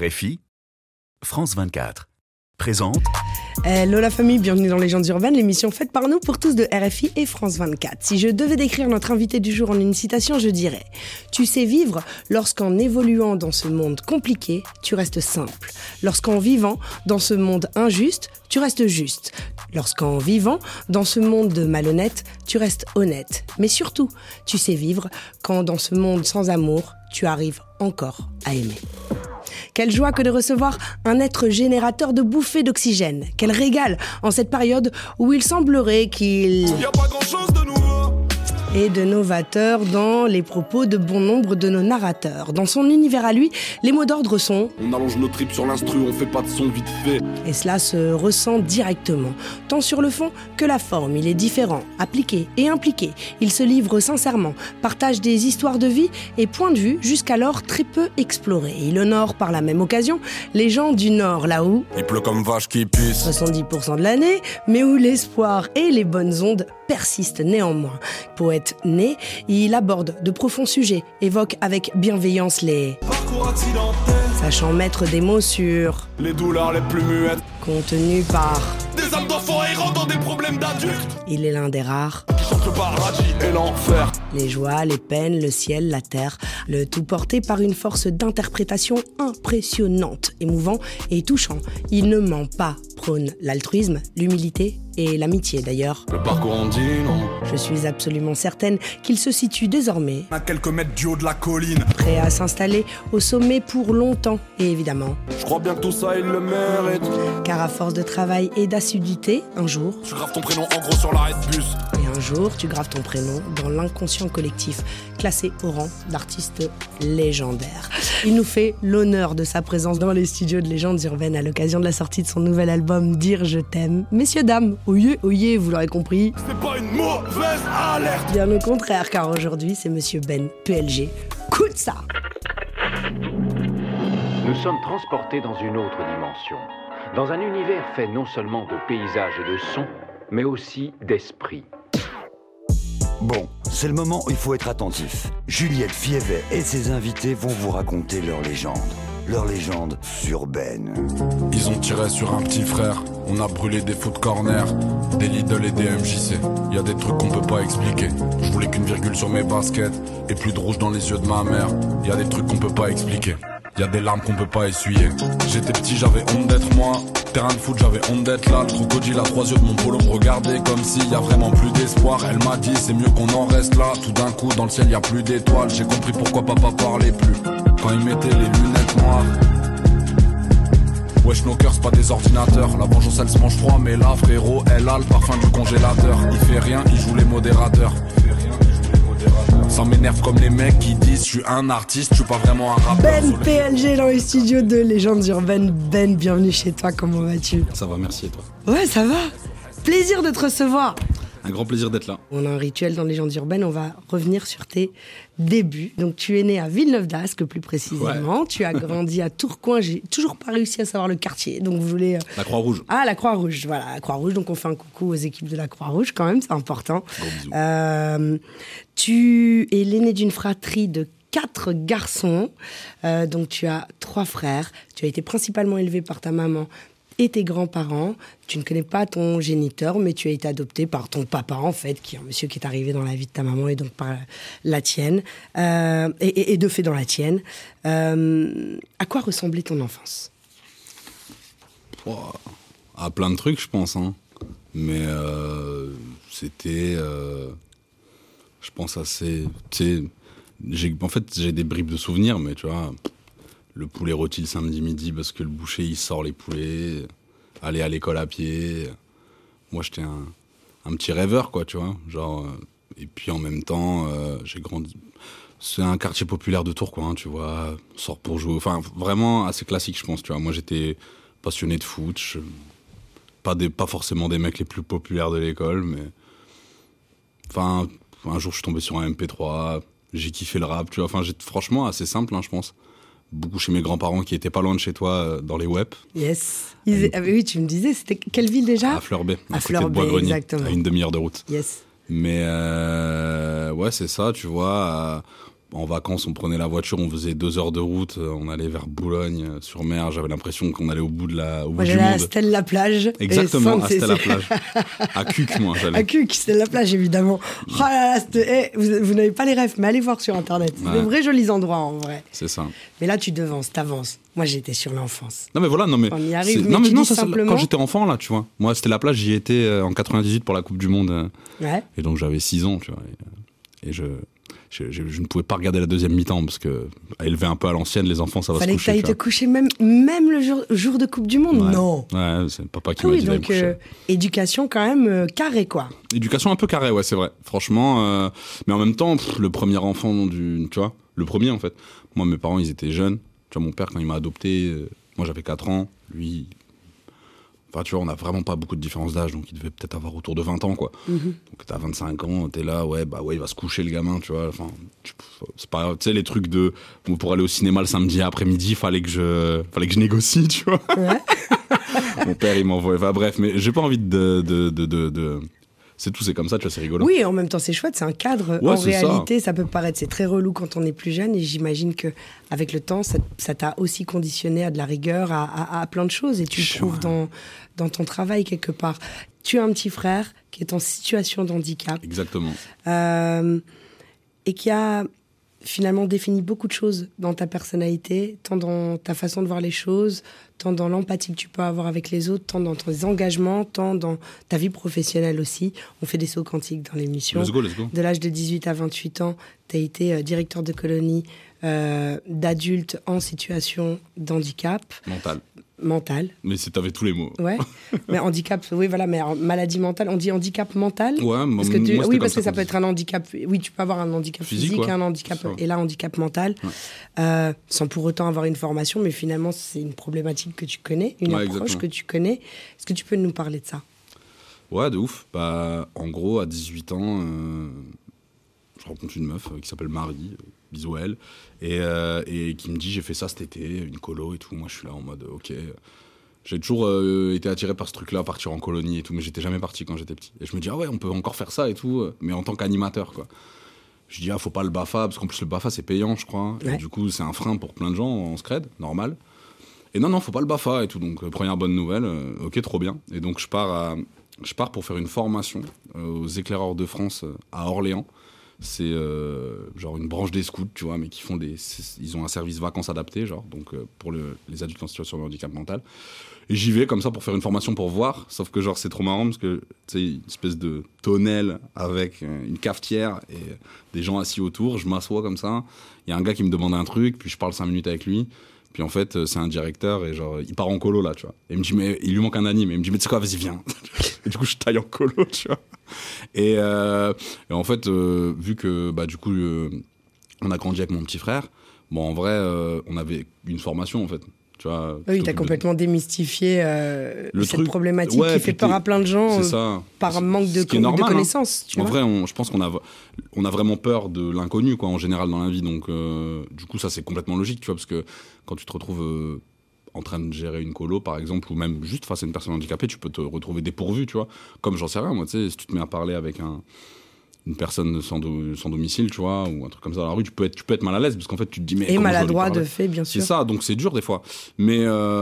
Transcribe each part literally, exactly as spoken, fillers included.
R F I, France vingt-quatre, présente... Hello la famille, bienvenue dans Légendes urbaines, l'émission faite par nous pour tous de R F I et France vingt-quatre. Si je devais décrire notre invité du jour en une citation, je dirais « Tu sais vivre lorsqu'en évoluant dans ce monde compliqué, tu restes simple. Lorsqu'en vivant dans ce monde injuste, tu restes juste. Lorsqu'en vivant dans ce monde de malhonnêtes, tu restes honnête. Mais surtout, tu sais vivre quand dans ce monde sans amour, tu arrives encore à aimer. » Quelle joie que de recevoir un être générateur de bouffées d'oxygène. Quel régal en cette période où il semblerait qu'il... Y a pas grand-chose de nouveau. Et de novateur dans les propos de bon nombre de nos narrateurs. Dans son univers à lui, les mots d'ordre sont... On allonge nos tripes sur l'instru, on fait pas de son vite fait. Et cela se ressent directement, tant sur le fond que la forme. Il est différent, appliqué et impliqué. Il se livre sincèrement, partage des histoires de vie et points de vue jusqu'alors très peu explorés. Il honore par la même occasion les gens du Nord, là où... Il pleut comme vache qui pisse. soixante-dix pour cent de l'année, mais où l'espoir et les bonnes ondes persistent néanmoins. Poète né, il aborde de profonds sujets, évoque avec bienveillance les... Parcours accidentel. Sachant mettre des mots sur... Les douleurs les plus muettes. Contenus par... Des âmes d'enfants errant dans des problèmes d'adultes. Il est l'un des rares. Qui chantent le paradis et l'enfer. Les joies, les peines, le ciel, la terre, le tout porté par une force d'interprétation impressionnante, émouvant et touchant. Il ne ment pas, prône l'altruisme, l'humilité et l'amitié d'ailleurs. Le parcours on dit non. Je suis absolument certaine qu'il se situe désormais, À quelques mètres du haut de la colline. prêt à s'installer au sommet pour longtemps, et évidemment, Je crois bien que tout ça il le mérite. car à force de travail et d'assiduité, un jour, Tu graves ton prénom en gros sur l'arrêt de bus. et un jour, tu graves ton prénom dans l'inconscient collectif, classé au rang d'artiste légendaire. Il nous fait l'honneur de sa présence dans les studios de Légendes urbaines à l'occasion de la sortie de son nouvel album Dire je t'aime. Messieurs, dames, oyez, oyez, vous l'aurez compris, C'est pas une mauvaise alerte. bien au contraire, car aujourd'hui, c'est Monsieur Ben, P L G. Écoute ça! Nous sommes transportés dans une autre dimension, dans un univers fait non seulement de paysages et de sons, mais aussi d'esprit. Bon, c'est le moment où il faut être attentif. Juliette Fievet et ses invités vont vous raconter leur légende. Leur légende urbaine. Ils ont tiré sur un petit frère, on a brûlé des foot corner, des Lidl et des M J C. Y a des trucs qu'on peut pas expliquer. Je voulais qu'une virgule sur mes baskets et plus de rouge dans les yeux de ma mère. Y a des trucs qu'on peut pas expliquer. Y a des larmes qu'on peut pas essuyer. J'étais petit, j'avais honte d'être moi. Terrain de foot, j'avais honte d'être là. Le crocodile à trois yeux de mon polo me regardait comme s'il y a vraiment plus d'espoir. Elle m'a dit c'est mieux qu'on en reste là. Tout d'un coup dans le ciel y a plus d'étoiles. J'ai compris pourquoi papa parlait plus quand il mettait les lunettes noires. Wesh nos cœurs c'est pas des ordinateurs. La vengeance elle se mange froid, mais là frérot elle a le parfum du congélateur. Il fait rien, il joue les modérateurs. Ça m'énerve comme les mecs qui disent je suis un artiste, je suis pas vraiment un rappeur. Ben, P L G dans les studios de Légendes urbaines. Ben, bienvenue chez toi, comment vas-tu? Ça va, merci et toi? Ouais, ça va. Plaisir de te recevoir. Un grand plaisir d'être là. On a un rituel dans Légendes urbaines, on va revenir sur tes débuts. Donc tu es né à Villeneuve d'Ascq plus précisément, Ouais. tu as grandi à Tourcoing, j'ai toujours pas réussi à savoir le quartier, donc vous voulez... La Croix-Rouge. Ah, la Croix-Rouge, voilà, la Croix-Rouge, donc on fait un coucou aux équipes de la Croix-Rouge quand même, c'est important. Gros bisous. Euh, tu es l'aîné d'une fratrie de quatre garçons, euh, donc tu as trois frères, tu as été principalement élevé par ta maman et tes grands-parents. Tu ne connais pas ton géniteur, mais tu as été adopté par ton papa, en fait, qui est un monsieur qui est arrivé dans la vie de ta maman et donc par la tienne, euh, et, et, et de fait dans la tienne. Euh, à quoi ressemblait ton enfance? Oh, à plein de trucs, je pense. Hein. Mais euh, c'était, euh, je pense, assez... Tu sais, j'ai, en fait, j'ai des bribes de souvenirs, mais tu vois... Le poulet rôti le samedi midi parce que le boucher il sort les poulets, aller à l'école à pied. Moi j'étais un, un petit rêveur quoi, tu vois. Genre, euh, et puis en même temps, euh, j'ai grandi. C'est un quartier populaire de Tours, quoi, hein, tu vois. On sort pour jouer. Enfin, vraiment assez classique, je pense, tu vois. Moi j'étais passionné de foot. Je... Pas, des, pas forcément des mecs les plus populaires de l'école, mais. Enfin, un jour je suis tombé sur un M P trois, j'ai kiffé le rap, tu vois. Enfin, j'ai... franchement assez simple, hein, je pense. Beaucoup chez mes grands-parents qui étaient pas loin de chez toi, euh, dans les web. Yes. Ils... Ah, oui, tu me disais, c'était quelle ville déjà? À Fleur-Bay, à, à côté de Bois-Grenier, exactement. À une demi-heure de route. Yes. Mais euh, ouais, c'est ça, tu vois. en vacances, on prenait la voiture, on faisait deux heures de route, on allait vers Boulogne-sur-Mer. J'avais l'impression qu'on allait au bout de la, au bout moi, du j'allais monde. à Stèle-la-Plage. Exactement, à c'est- Stèle-la-Plage. À Cuc, moi, j'allais. À Cuc, Stèle-la-Plage, évidemment. Oh là là, c'était- eh, vous, vous n'avez pas les rêves, mais allez voir sur Internet. C'est Ouais. de vrais jolis endroits, en vrai. C'est ça. Mais là, tu devances, t'avances. Moi, j'étais sur l'enfance. Non mais voilà, non mais, On y arrive, c'est- mais non tu mais non, dis ça, c'est- simplement- quand j'étais enfant là, tu vois. Moi, c'était la plage, j'y étais euh, en quatre-vingt-dix-huit pour la Coupe du Monde, euh, Ouais. et donc j'avais six ans, tu vois. Et, euh, et je, je, je, je ne pouvais pas regarder la deuxième mi-temps parce que à élever un peu à l'ancienne, les enfants, ça va Fallait se que coucher. t'ailles tu te vois. coucher même, même le jour, jour de Coupe du Monde. Ouais. Non. Ouais, c'est papa qui Ah m'a oui, dit d'aller me donc coucher. euh, éducation quand même euh, carrée, quoi. Éducation un peu carrée, ouais, c'est vrai. Franchement, euh, mais en même temps, pff, le premier enfant du, tu vois, le premier en fait. Moi, mes parents, ils étaient jeunes. Tu vois, mon père, quand il m'a adopté, euh, moi j'avais quatre ans, lui. Enfin, tu vois, on n'a vraiment pas beaucoup de différence d'âge, donc il devait peut-être avoir autour de vingt ans, quoi. Mhm. Donc t'as vingt-cinq ans, t'es là, ouais, bah ouais, il va se coucher le gamin, tu vois. Enfin, tu- c'est pas, tu sais, les trucs de, bon, pour aller au cinéma le samedi après-midi, fallait que je, fallait que je négocie, tu vois. Ouais. Mon père, il m'envoyait, enfin bref, mais j'ai pas envie de, de, de, de, de- c'est tout, c'est comme ça, tu vois, c'est rigolo. Oui, en même temps, c'est chouette, c'est un cadre. Ouais, en c'est ça. réalité, ça. peut paraître, c'est très relou quand on est plus jeune, et j'imagine que avec le temps, ça ça t'a aussi conditionné à de la rigueur, à, à, à plein de choses, et tu le Sure. trouves dans, dans ton travail quelque part. Tu as un petit frère qui est en situation de handicap, Exactement. euh, et qui a finalement défini beaucoup de choses dans ta personnalité, tant dans ta façon de voir les choses, tant dans l'empathie que tu peux avoir avec les autres, tant dans tes engagements, tant dans ta vie professionnelle aussi. On fait des sauts quantiques dans l'émission. Let's go, let's go. De l'âge de dix-huit à vingt-huit ans, tu as été euh, directeur de colonie euh, d'adultes en situation d'handicap Mental. mental. Mais c'est, t'avais tous les mots. Ouais. Mais handicap, oui, voilà, mais en maladie mentale, on dit handicap mental. Ouais, Parce que moi, tu- c'était oui, comme parce ça que ça qu'on peut dit. être un handicap. Oui, tu peux avoir un handicap Physique, physique, ouais. un handicap C'est ça. et là handicap mental, Ouais. euh, sans pour autant avoir une formation. Mais finalement, c'est une problématique que tu connais, une Ouais, approche exactement. que tu connais. Est-ce que tu peux nous parler de ça? Ouais, de ouf. Bah, en gros, à dix-huit ans, euh, je rencontre une meuf euh, qui s'appelle Marie, euh, bisous à elle, et, euh, et qui me dit j'ai fait ça cet été, une colo et tout. Moi, je suis là en mode ok. J'ai toujours euh, été attiré par ce truc-là, partir en colonie et tout, mais j'étais jamais parti quand j'étais petit. Et je me dis ah ouais, on peut encore faire ça et tout, euh, mais en tant qu'animateur, quoi. Je dis ah, faut pas le BAFA, parce qu'en plus le BAFA c'est payant, je crois. Ouais. Et du coup, c'est un frein pour plein de gens en scred, normal. Et non, non, faut pas le BAFA et tout. Donc, euh, première bonne nouvelle, euh, ok, trop bien. Et donc, je pars, à- je pars pour faire une formation euh, aux éclaireurs de France euh, à Orléans. C'est euh, genre une branche des scouts, tu vois, mais qui font des. c'est- Ils ont un service vacances adapté, genre, donc euh, pour le- les adultes en situation de handicap mental. Et j'y vais comme ça pour faire une formation pour voir. Sauf que, genre, c'est trop marrant parce que, tu sais, une espèce de tonnelle avec euh, une cafetière et euh, des gens assis autour. Je m'assois comme ça. Il y a un gars qui me demande un truc, puis je parle cinq minutes avec lui. Puis en fait, euh, c'est un directeur et genre, il part en colo là, tu vois. Et il me dit, mais il lui manque un anime. Et il me dit, mais tu sais quoi, vas-y, viens. Et du coup, je taille en colo, tu vois. Et, euh, et en fait, euh, vu que, bah, du coup, euh, on a grandi avec mon petit frère, bon, en vrai, euh, on avait une formation, en fait. Tu vois, Oui, plutôt tu as que de- complètement démystifié euh, Le cette truc- problématique ouais, qui puis fait peur t'es- à plein de gens C'est euh, ça. par manque de, Ce qui est con- normal, de hein. connaissances. Tu En vois. vrai, on- je pense qu'on a, on a vraiment peur de l'inconnu, quoi, en général dans la vie. Donc, euh, du coup, ça, c'est complètement logique, tu vois, parce que quand tu te retrouves euh, en train de gérer une colo, par exemple, ou même juste face à une personne handicapée, tu peux te retrouver dépourvu, tu vois. Comme, j'en sais rien, moi, tu sais, si tu te mets à parler avec un, une personne sans, do- sans domicile, tu vois, ou un truc comme ça dans la rue, tu peux être, tu peux être mal à l'aise, parce qu'en fait, tu te dis, mais. Et comment je dois lui maladroit parler de fait, bien C'est sûr. ça, donc c'est dur des fois. Mais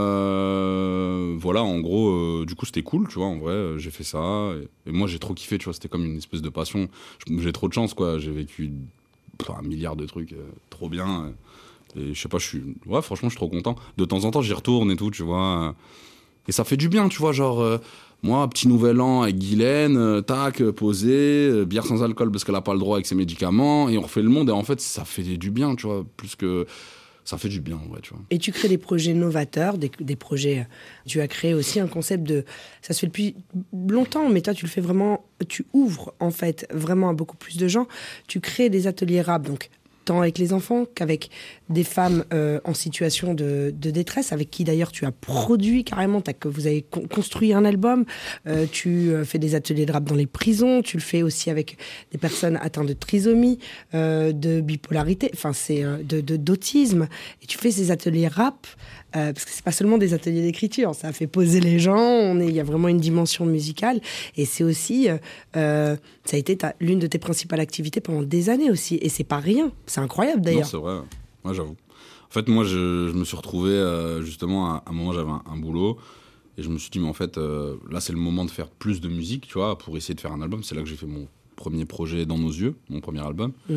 euh, voilà, en gros, euh, du coup, c'était cool, tu vois, en vrai, euh, j'ai fait ça. Et, et moi, j'ai trop kiffé, tu vois, c'était comme une espèce de passion. Je- J'ai trop de chance, quoi. J'ai vécu pff, un milliard de trucs, euh, trop bien. euh, et je sais pas, je suis. Ouais, franchement, je suis trop content. De temps en temps, j'y retourne et tout, tu vois. euh, et ça fait du bien, tu vois, genre. euh, moi, petit nouvel an avec Guylaine, euh, tac, euh, posé, euh, bière sans alcool parce qu'elle a pas le droit avec ses médicaments, et on refait le monde, et en fait, ça fait du bien, tu vois, plus que. Ça fait du bien, ouais, tu vois. Et tu crées des projets novateurs, des, des projets. Tu as créé aussi un concept de. Ça se fait depuis longtemps, mais toi, tu le fais vraiment. Tu ouvres, en fait, vraiment à beaucoup plus de gens. Tu crées des ateliers rap, donc tant avec les enfants qu'avec des femmes euh, en situation de, de détresse, avec qui d'ailleurs tu as produit carrément, t'as, que vous avez con- construit un album. Euh, tu euh, fais des ateliers de rap dans les prisons. Tu le fais aussi avec des personnes atteintes de trisomie, euh, de bipolarité, enfin, c'est euh, de, de, d'autisme. Et tu fais ces ateliers rap. Euh, parce que c'est pas seulement des ateliers d'écriture, ça fait poser les gens, on est, il y a vraiment une dimension musicale, et c'est aussi, euh, euh, ça a été ta, l'une de tes principales activités pendant des années aussi, et c'est pas rien, C'est incroyable Non, d'ailleurs. c'est vrai. Moi, j'avoue. En fait, moi, je, je me suis retrouvé, euh, justement, à, à un moment, j'avais un, un boulot. Et je me suis dit, mais en fait, euh, là, c'est le moment de faire plus de musique, tu vois, pour essayer de faire un album. C'est là que j'ai fait mon premier projet Dans nos yeux, mon premier album. Mhm.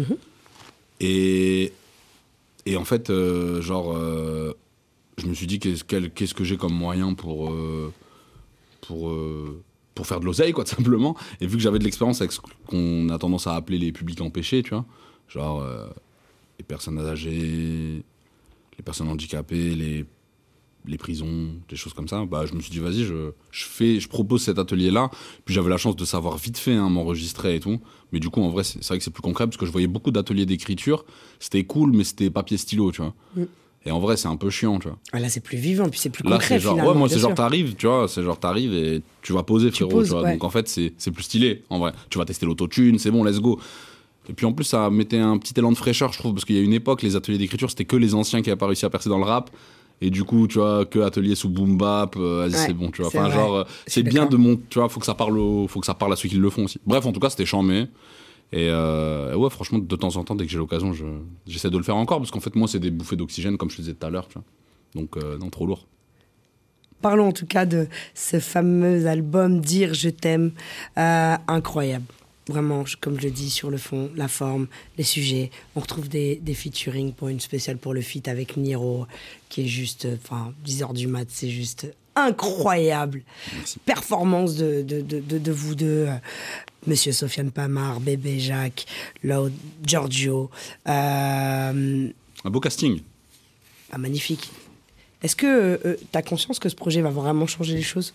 Et, et en fait, euh, genre, euh, je me suis dit, qu'est-ce, quel- qu'est-ce que j'ai comme moyen pour, euh, pour, euh, pour faire de l'oseille, quoi, tout simplement. Et vu que j'avais de l'expérience avec ce qu'on a tendance à appeler les publics empêchés, tu vois, genre euh, les personnes âgées, les personnes handicapées, les, les prisons, des choses comme ça, bah, je me suis dit, vas-y, je, je, fais, je propose cet atelier-là. Puis j'avais la chance de savoir vite fait hein, m'enregistrer et tout. Mais du coup, en vrai, c'est, c'est vrai que c'est plus concret parce que je voyais beaucoup d'ateliers d'écriture. C'était cool, mais c'était papier-stylo, tu vois. Mm. Et en vrai, c'est un peu chiant, tu vois. Ah, là, c'est plus vivant, puis c'est plus Là, concret, c'est genre, finalement. ouais, moi, c'est bien genre, sûr. t'arrives, tu vois, c'est genre, t'arrives et tu vas poser, frérot, poses, tu vois. ouais. Donc, en fait, c'est, c'est plus stylé, en vrai. Tu vas tester l'autotune, c'est bon, let's go. Et puis, en plus, ça mettait un petit élan de fraîcheur, je trouve, parce qu'il y a une époque, les ateliers d'écriture, c'était que les anciens qui n'avaient pas réussi à percer dans le rap. Et du coup, tu vois, que atelier sous boom bap, euh, vas-y, Ouais, c'est bon, tu vois. c'est Enfin, vrai. genre, euh, Je c'est suis bien d'accord. de mon, tu vois, faut que ça parle au, faut que ça parle à ceux qui le font aussi. Bref, en tout cas, c'était chambé. Et euh, ouais, franchement, de temps en temps, dès que j'ai l'occasion, je, j'essaie de le faire encore, parce qu'en fait, moi, c'est des bouffées d'oxygène, comme je te disais tout à l'heure, tu vois. Donc, euh, non, trop lourd. Parlons en tout cas de ce fameux album Dire je t'aime, euh, incroyable. Vraiment, je- comme je le dis, sur le fond, la forme, les sujets. On retrouve des, des featuring pour une spéciale pour le feat avec Niro, qui est juste, enfin, dix heures du mat, c'est juste incroyable. Merci. Performance de, de, de, de, de vous deux, euh, Monsieur Sofiane Pamar, Bébé Jacques, Loud, Giorgio. Euh, Un beau casting. ah, magnifique. Est-ce que tu as conscience que ce projet va vraiment changer les choses?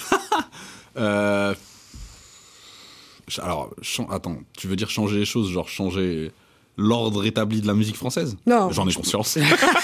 Euh... Alors, chan- attends, tu veux dire changer les choses, genre changer l'ordre établi de la musique française? Non. J'en ai conscience.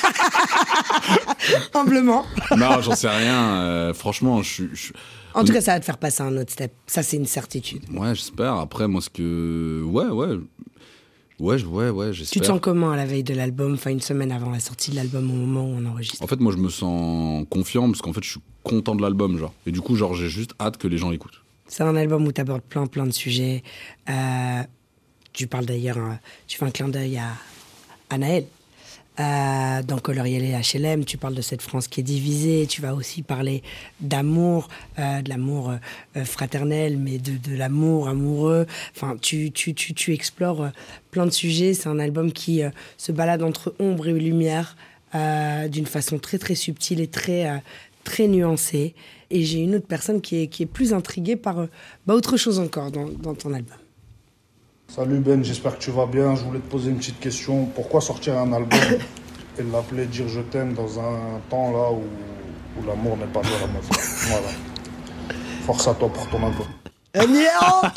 Humblement. Non, j'en sais rien. euh, franchement, je suis. je- En tout cas, ça va te faire passer à un autre step. Ça, c'est une certitude. Ouais, j'espère. Après, moi, ce que. Ouais, ouais. Ouais, je- ouais, ouais, Tu j'espère. te sens comment à la veille de l'album, enfin une semaine avant la sortie de l'album, au moment où on enregistre? En fait, moi, je me sens confiant parce qu'en fait, je suis content de l'album, genre. Et du coup, genre, j'ai juste hâte que les gens l'écoutent. C'est un album où tu abordes plein, plein de sujets. Euh, tu parles d'ailleurs, euh, tu fais un clin d'œil à, à Naël. Euh, dans Coloriel et H L M, tu parles de cette France qui est divisée. Tu vas aussi parler d'amour, euh, de l'amour euh, fraternel, mais de, de l'amour amoureux. Enfin, tu, tu, tu, tu explores euh, plein de sujets. C'est un album qui euh, se balade entre ombre et lumière euh, d'une façon très, très subtile et très, euh, très nuancée. Et j'ai une autre personne qui est, qui est plus intriguée par euh, bah, autre chose encore dans, dans ton album. Salut Ben, j'espère que tu vas bien. Je voulais te poser une petite question. Pourquoi sortir un album et l'appeler Dire je t'aime dans un temps là où, où l'amour n'est pas de la meuf? Voilà. Force à toi pour ton album. Euh, Niro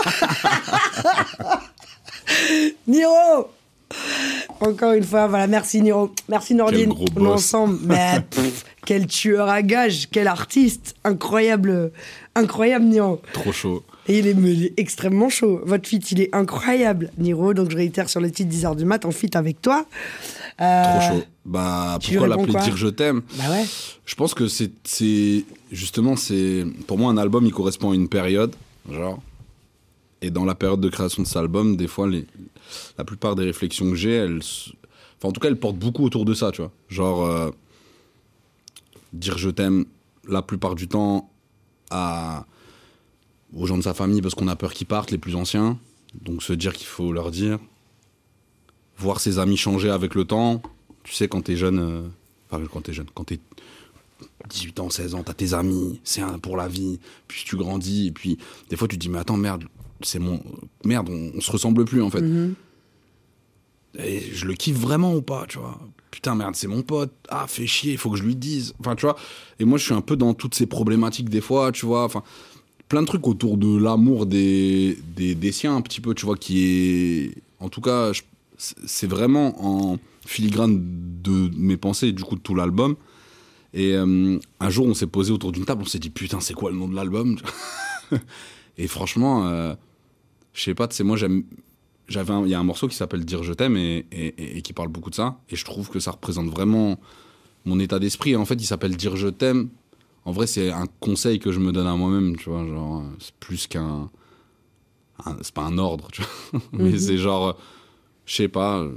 Niro Encore une fois, voilà, merci Niro. Merci Nordine. gros On est boss. ensemble. Mais pff, quel tueur à gages, quel artiste. Incroyable, incroyable Niro. Trop chaud. Et il est, mais il est extrêmement chaud. Votre feat, il est incroyable, Niro. Donc je réitère sur le titre dix heures du mat, en feat avec toi. Euh, Trop chaud. Bah, tu lui pourquoi réponds l'appeler quoi Dire je t'aime? Bah ouais. Je pense que c'est, c'est justement, c'est pour moi un album, il correspond à une période, genre. Et dans la période de création de cet album, des fois, les, la plupart des réflexions que j'ai, elles, se- enfin en tout cas, elles portent beaucoup autour de ça, tu vois. Genre euh, dire je t'aime la plupart du temps à aux gens de sa famille parce qu'on a peur qu'ils partent, les plus anciens. Donc se dire qu'il faut leur dire. Voir ses amis changer avec le temps. Tu sais, quand t'es jeune, euh, enfin quand t'es jeune, quand t'es dix-huit ans, seize ans, t'as tes amis, c'est un pour la vie, puis tu grandis, et puis des fois tu te dis, mais attends, merde, c'est mon. Merde, on, on se ressemble plus en fait. Mhm. Et je le kiffe vraiment ou pas, tu vois. Putain, merde, c'est mon pote, ah, fais chier, il faut que je lui dise. Enfin, tu vois. Et moi, je suis un peu dans toutes ces problématiques des fois, tu vois. Enfin, plein de trucs autour de l'amour des, des, des siens, un petit peu, tu vois, qui est. En tout cas, je- c'est vraiment en filigrane de mes pensées, du coup, de tout l'album. Et euh, un jour, on s'est posé autour d'une table, on s'est dit, putain, c'est quoi le nom de l'album? Et franchement, euh, je sais pas, tu sais, moi, j'aime. J'avais un- il y a un morceau qui s'appelle Dire je t'aime et, et, et- et qui parle beaucoup de ça. Et je trouve que ça représente vraiment mon état d'esprit. Et en fait, il s'appelle Dire je t'aime. En vrai, c'est un conseil que je me donne à moi-même, tu vois. Genre, c'est plus qu'un. un- c'est pas un ordre, tu vois. Mais Mhm. c'est genre. Je sais pas.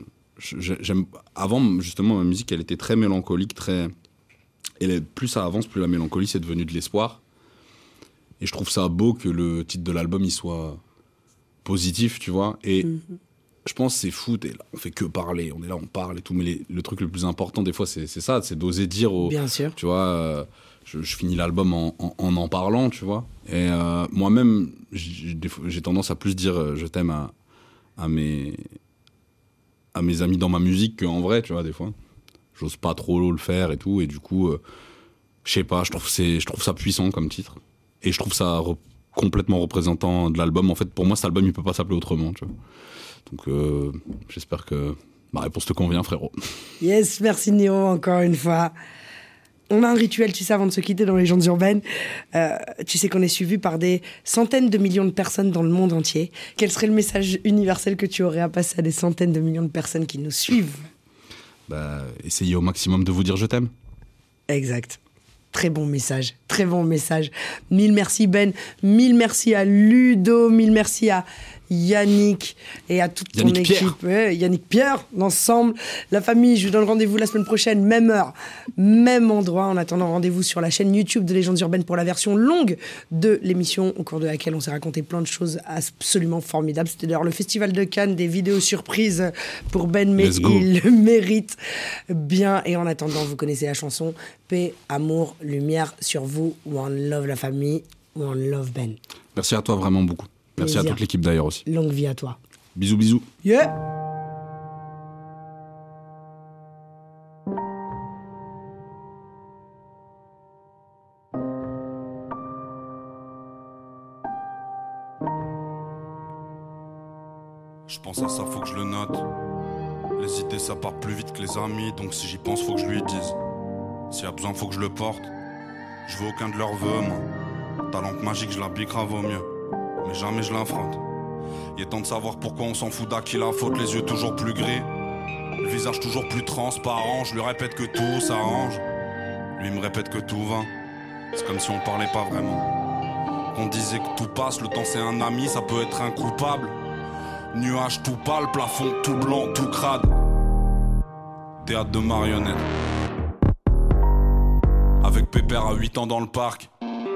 j'aime. Avant, justement, ma musique, elle était très mélancolique, très. Et plus ça avance, plus la mélancolie, c'est devenu de l'espoir. Et je trouve ça beau que le titre de l'album, il soit positif, tu vois. Et mm-hmm. je pense que c'est fou, et là, on fait que parler, on est là, on parle et tout. Mais les, le truc le plus important, des fois, c'est, c'est ça, c'est d'oser dire aux. Bien sûr. Tu vois, euh, je, je finis l'album en en, en en parlant, tu vois. Et euh, moi-même, j'ai, j'ai tendance à plus dire euh, je t'aime à, à, mes, à mes amis dans ma musique qu'en vrai, tu vois, des fois. J'ose pas trop le faire et tout. Et du coup, euh, je sais pas, je trouve, c'est, je trouve ça puissant comme titre. Et je trouve ça re- complètement représentant de l'album. En fait, pour moi, cet album, il peut pas s'appeler autrement, tu vois. Donc, euh, j'espère que ma réponse te convient, frérot. Yes, merci Niro, encore une fois. On a un rituel, tu sais, avant de se quitter dans les Légendes urbaines. Euh, tu sais qu'on est suivi par des centaines de millions de personnes dans le monde entier. Quel serait le message universel que tu aurais à passer à des centaines de millions de personnes qui nous suivent ? Bah, essayez au maximum de vous dire je t'aime. Exact. Très bon message, très bon message. Mille merci Ben, mille merci à Ludo, mille merci à Yannick et à toute ton Yannick équipe. Pierre. Ouais, Yannick Pierre, l'ensemble, la famille. Je vous donne rendez-vous la semaine prochaine, même heure, même endroit. En attendant, rendez-vous sur la chaîne YouTube de Légendes urbaines pour la version longue de l'émission, au cours de laquelle on s'est raconté plein de choses absolument formidables. C'était d'ailleurs le Festival de Cannes, des vidéos surprises pour Ben, mais il le mérite bien. Et en attendant, vous connaissez la chanson. Paix, amour, lumière sur vous. One love la famille, one love Ben. Merci à toi vraiment beaucoup. Merci Plaisir. à toute l'équipe d'ailleurs aussi. Longue vie à toi. Bisous, bisous. Yeah. Je pense à ça, faut que je le note. Les idées ça part plus vite que les amis, donc si j'y pense faut que je lui dise. S'il y a besoin faut que je le porte. Je veux aucun de leurs vœux, moi. Ta lampe magique je la piquerai vaut mieux, mais jamais je l'affronte. Il est temps de savoir pourquoi on s'en fout d'à qui la faute. Les yeux toujours plus gris, le visage toujours plus transparent. Je lui répète que tout s'arrange, lui me répète que tout va. C'est comme si on parlait pas vraiment. On disait que tout passe, le temps c'est un ami, ça peut être un coupable. Nuage tout pâle, plafond tout blanc, tout crade. Théâtre de marionnettes. Avec Pépère à huit ans dans le parc.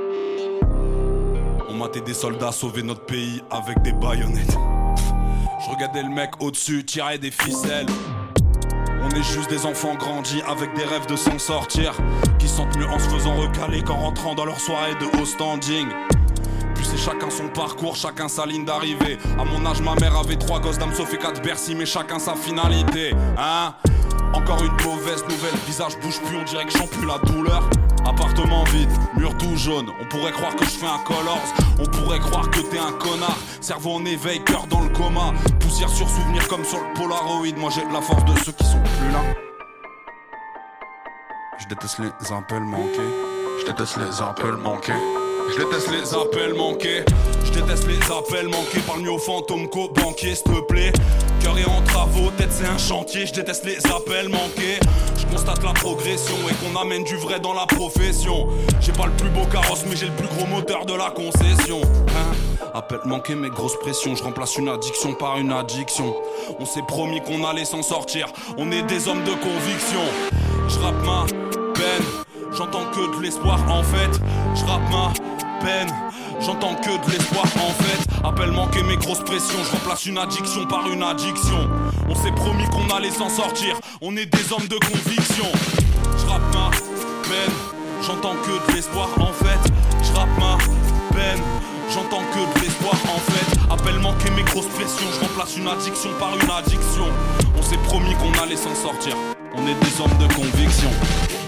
On matait des soldats sauver notre pays avec des baïonnettes. Je regardais le mec au-dessus tirer des ficelles. On est juste des enfants grandis avec des rêves de s'en sortir, qui sentent mieux en se faisant recaler qu'en rentrant dans leur soirée de haut standing. Puis c'est chacun son parcours, chacun sa ligne d'arrivée. À mon âge ma mère avait trois gosses, dame Sophie quatre Bercy, mais chacun sa finalité. Hein? Encore une mauvaise nouvelle, visage bouge plus, on dirait que j'en plus la douleur. Appartement vide, mur tout jaune, on pourrait croire que je fais un colors. On pourrait croire que t'es un connard, cerveau en éveil, cœur dans le coma. Poussière sur souvenir comme sur le Polaroid, moi j'ai la force de ceux qui sont plus là. Je déteste les appels manqués, je déteste les appels manqués. Je déteste les appels manqués, je déteste les appels manqués. Parle mieux aux fantômes qu'aux banquiers, s'il te plaît. Cœur est en travaux, tête c'est un chantier. Je déteste les appels manqués. Je constate la progression et qu'on amène du vrai dans la profession. J'ai pas le plus beau carrosse mais j'ai le plus gros moteur de la concession, hein. Appel manqué mais grosse pression. Je remplace une addiction par une addiction. On s'est promis qu'on allait s'en sortir. On est des hommes de conviction. Je rappe ma peine, j'entends que de l'espoir en fait. Je rappe ma peine, j'entends que de l'espoir en fait. Appel manqué mais grosse pression. Je remplace une addiction par une addiction. On s'est promis qu'on allait s'en sortir. On est des hommes de conviction. Je rappe ma peine, j'entends que de l'espoir en fait. Je rappe ma peine, j'entends que de l'espoir en fait. Appel manqué mais grosse pression. Je remplace une addiction par une addiction. On s'est promis qu'on allait s'en sortir. On est des hommes de conviction.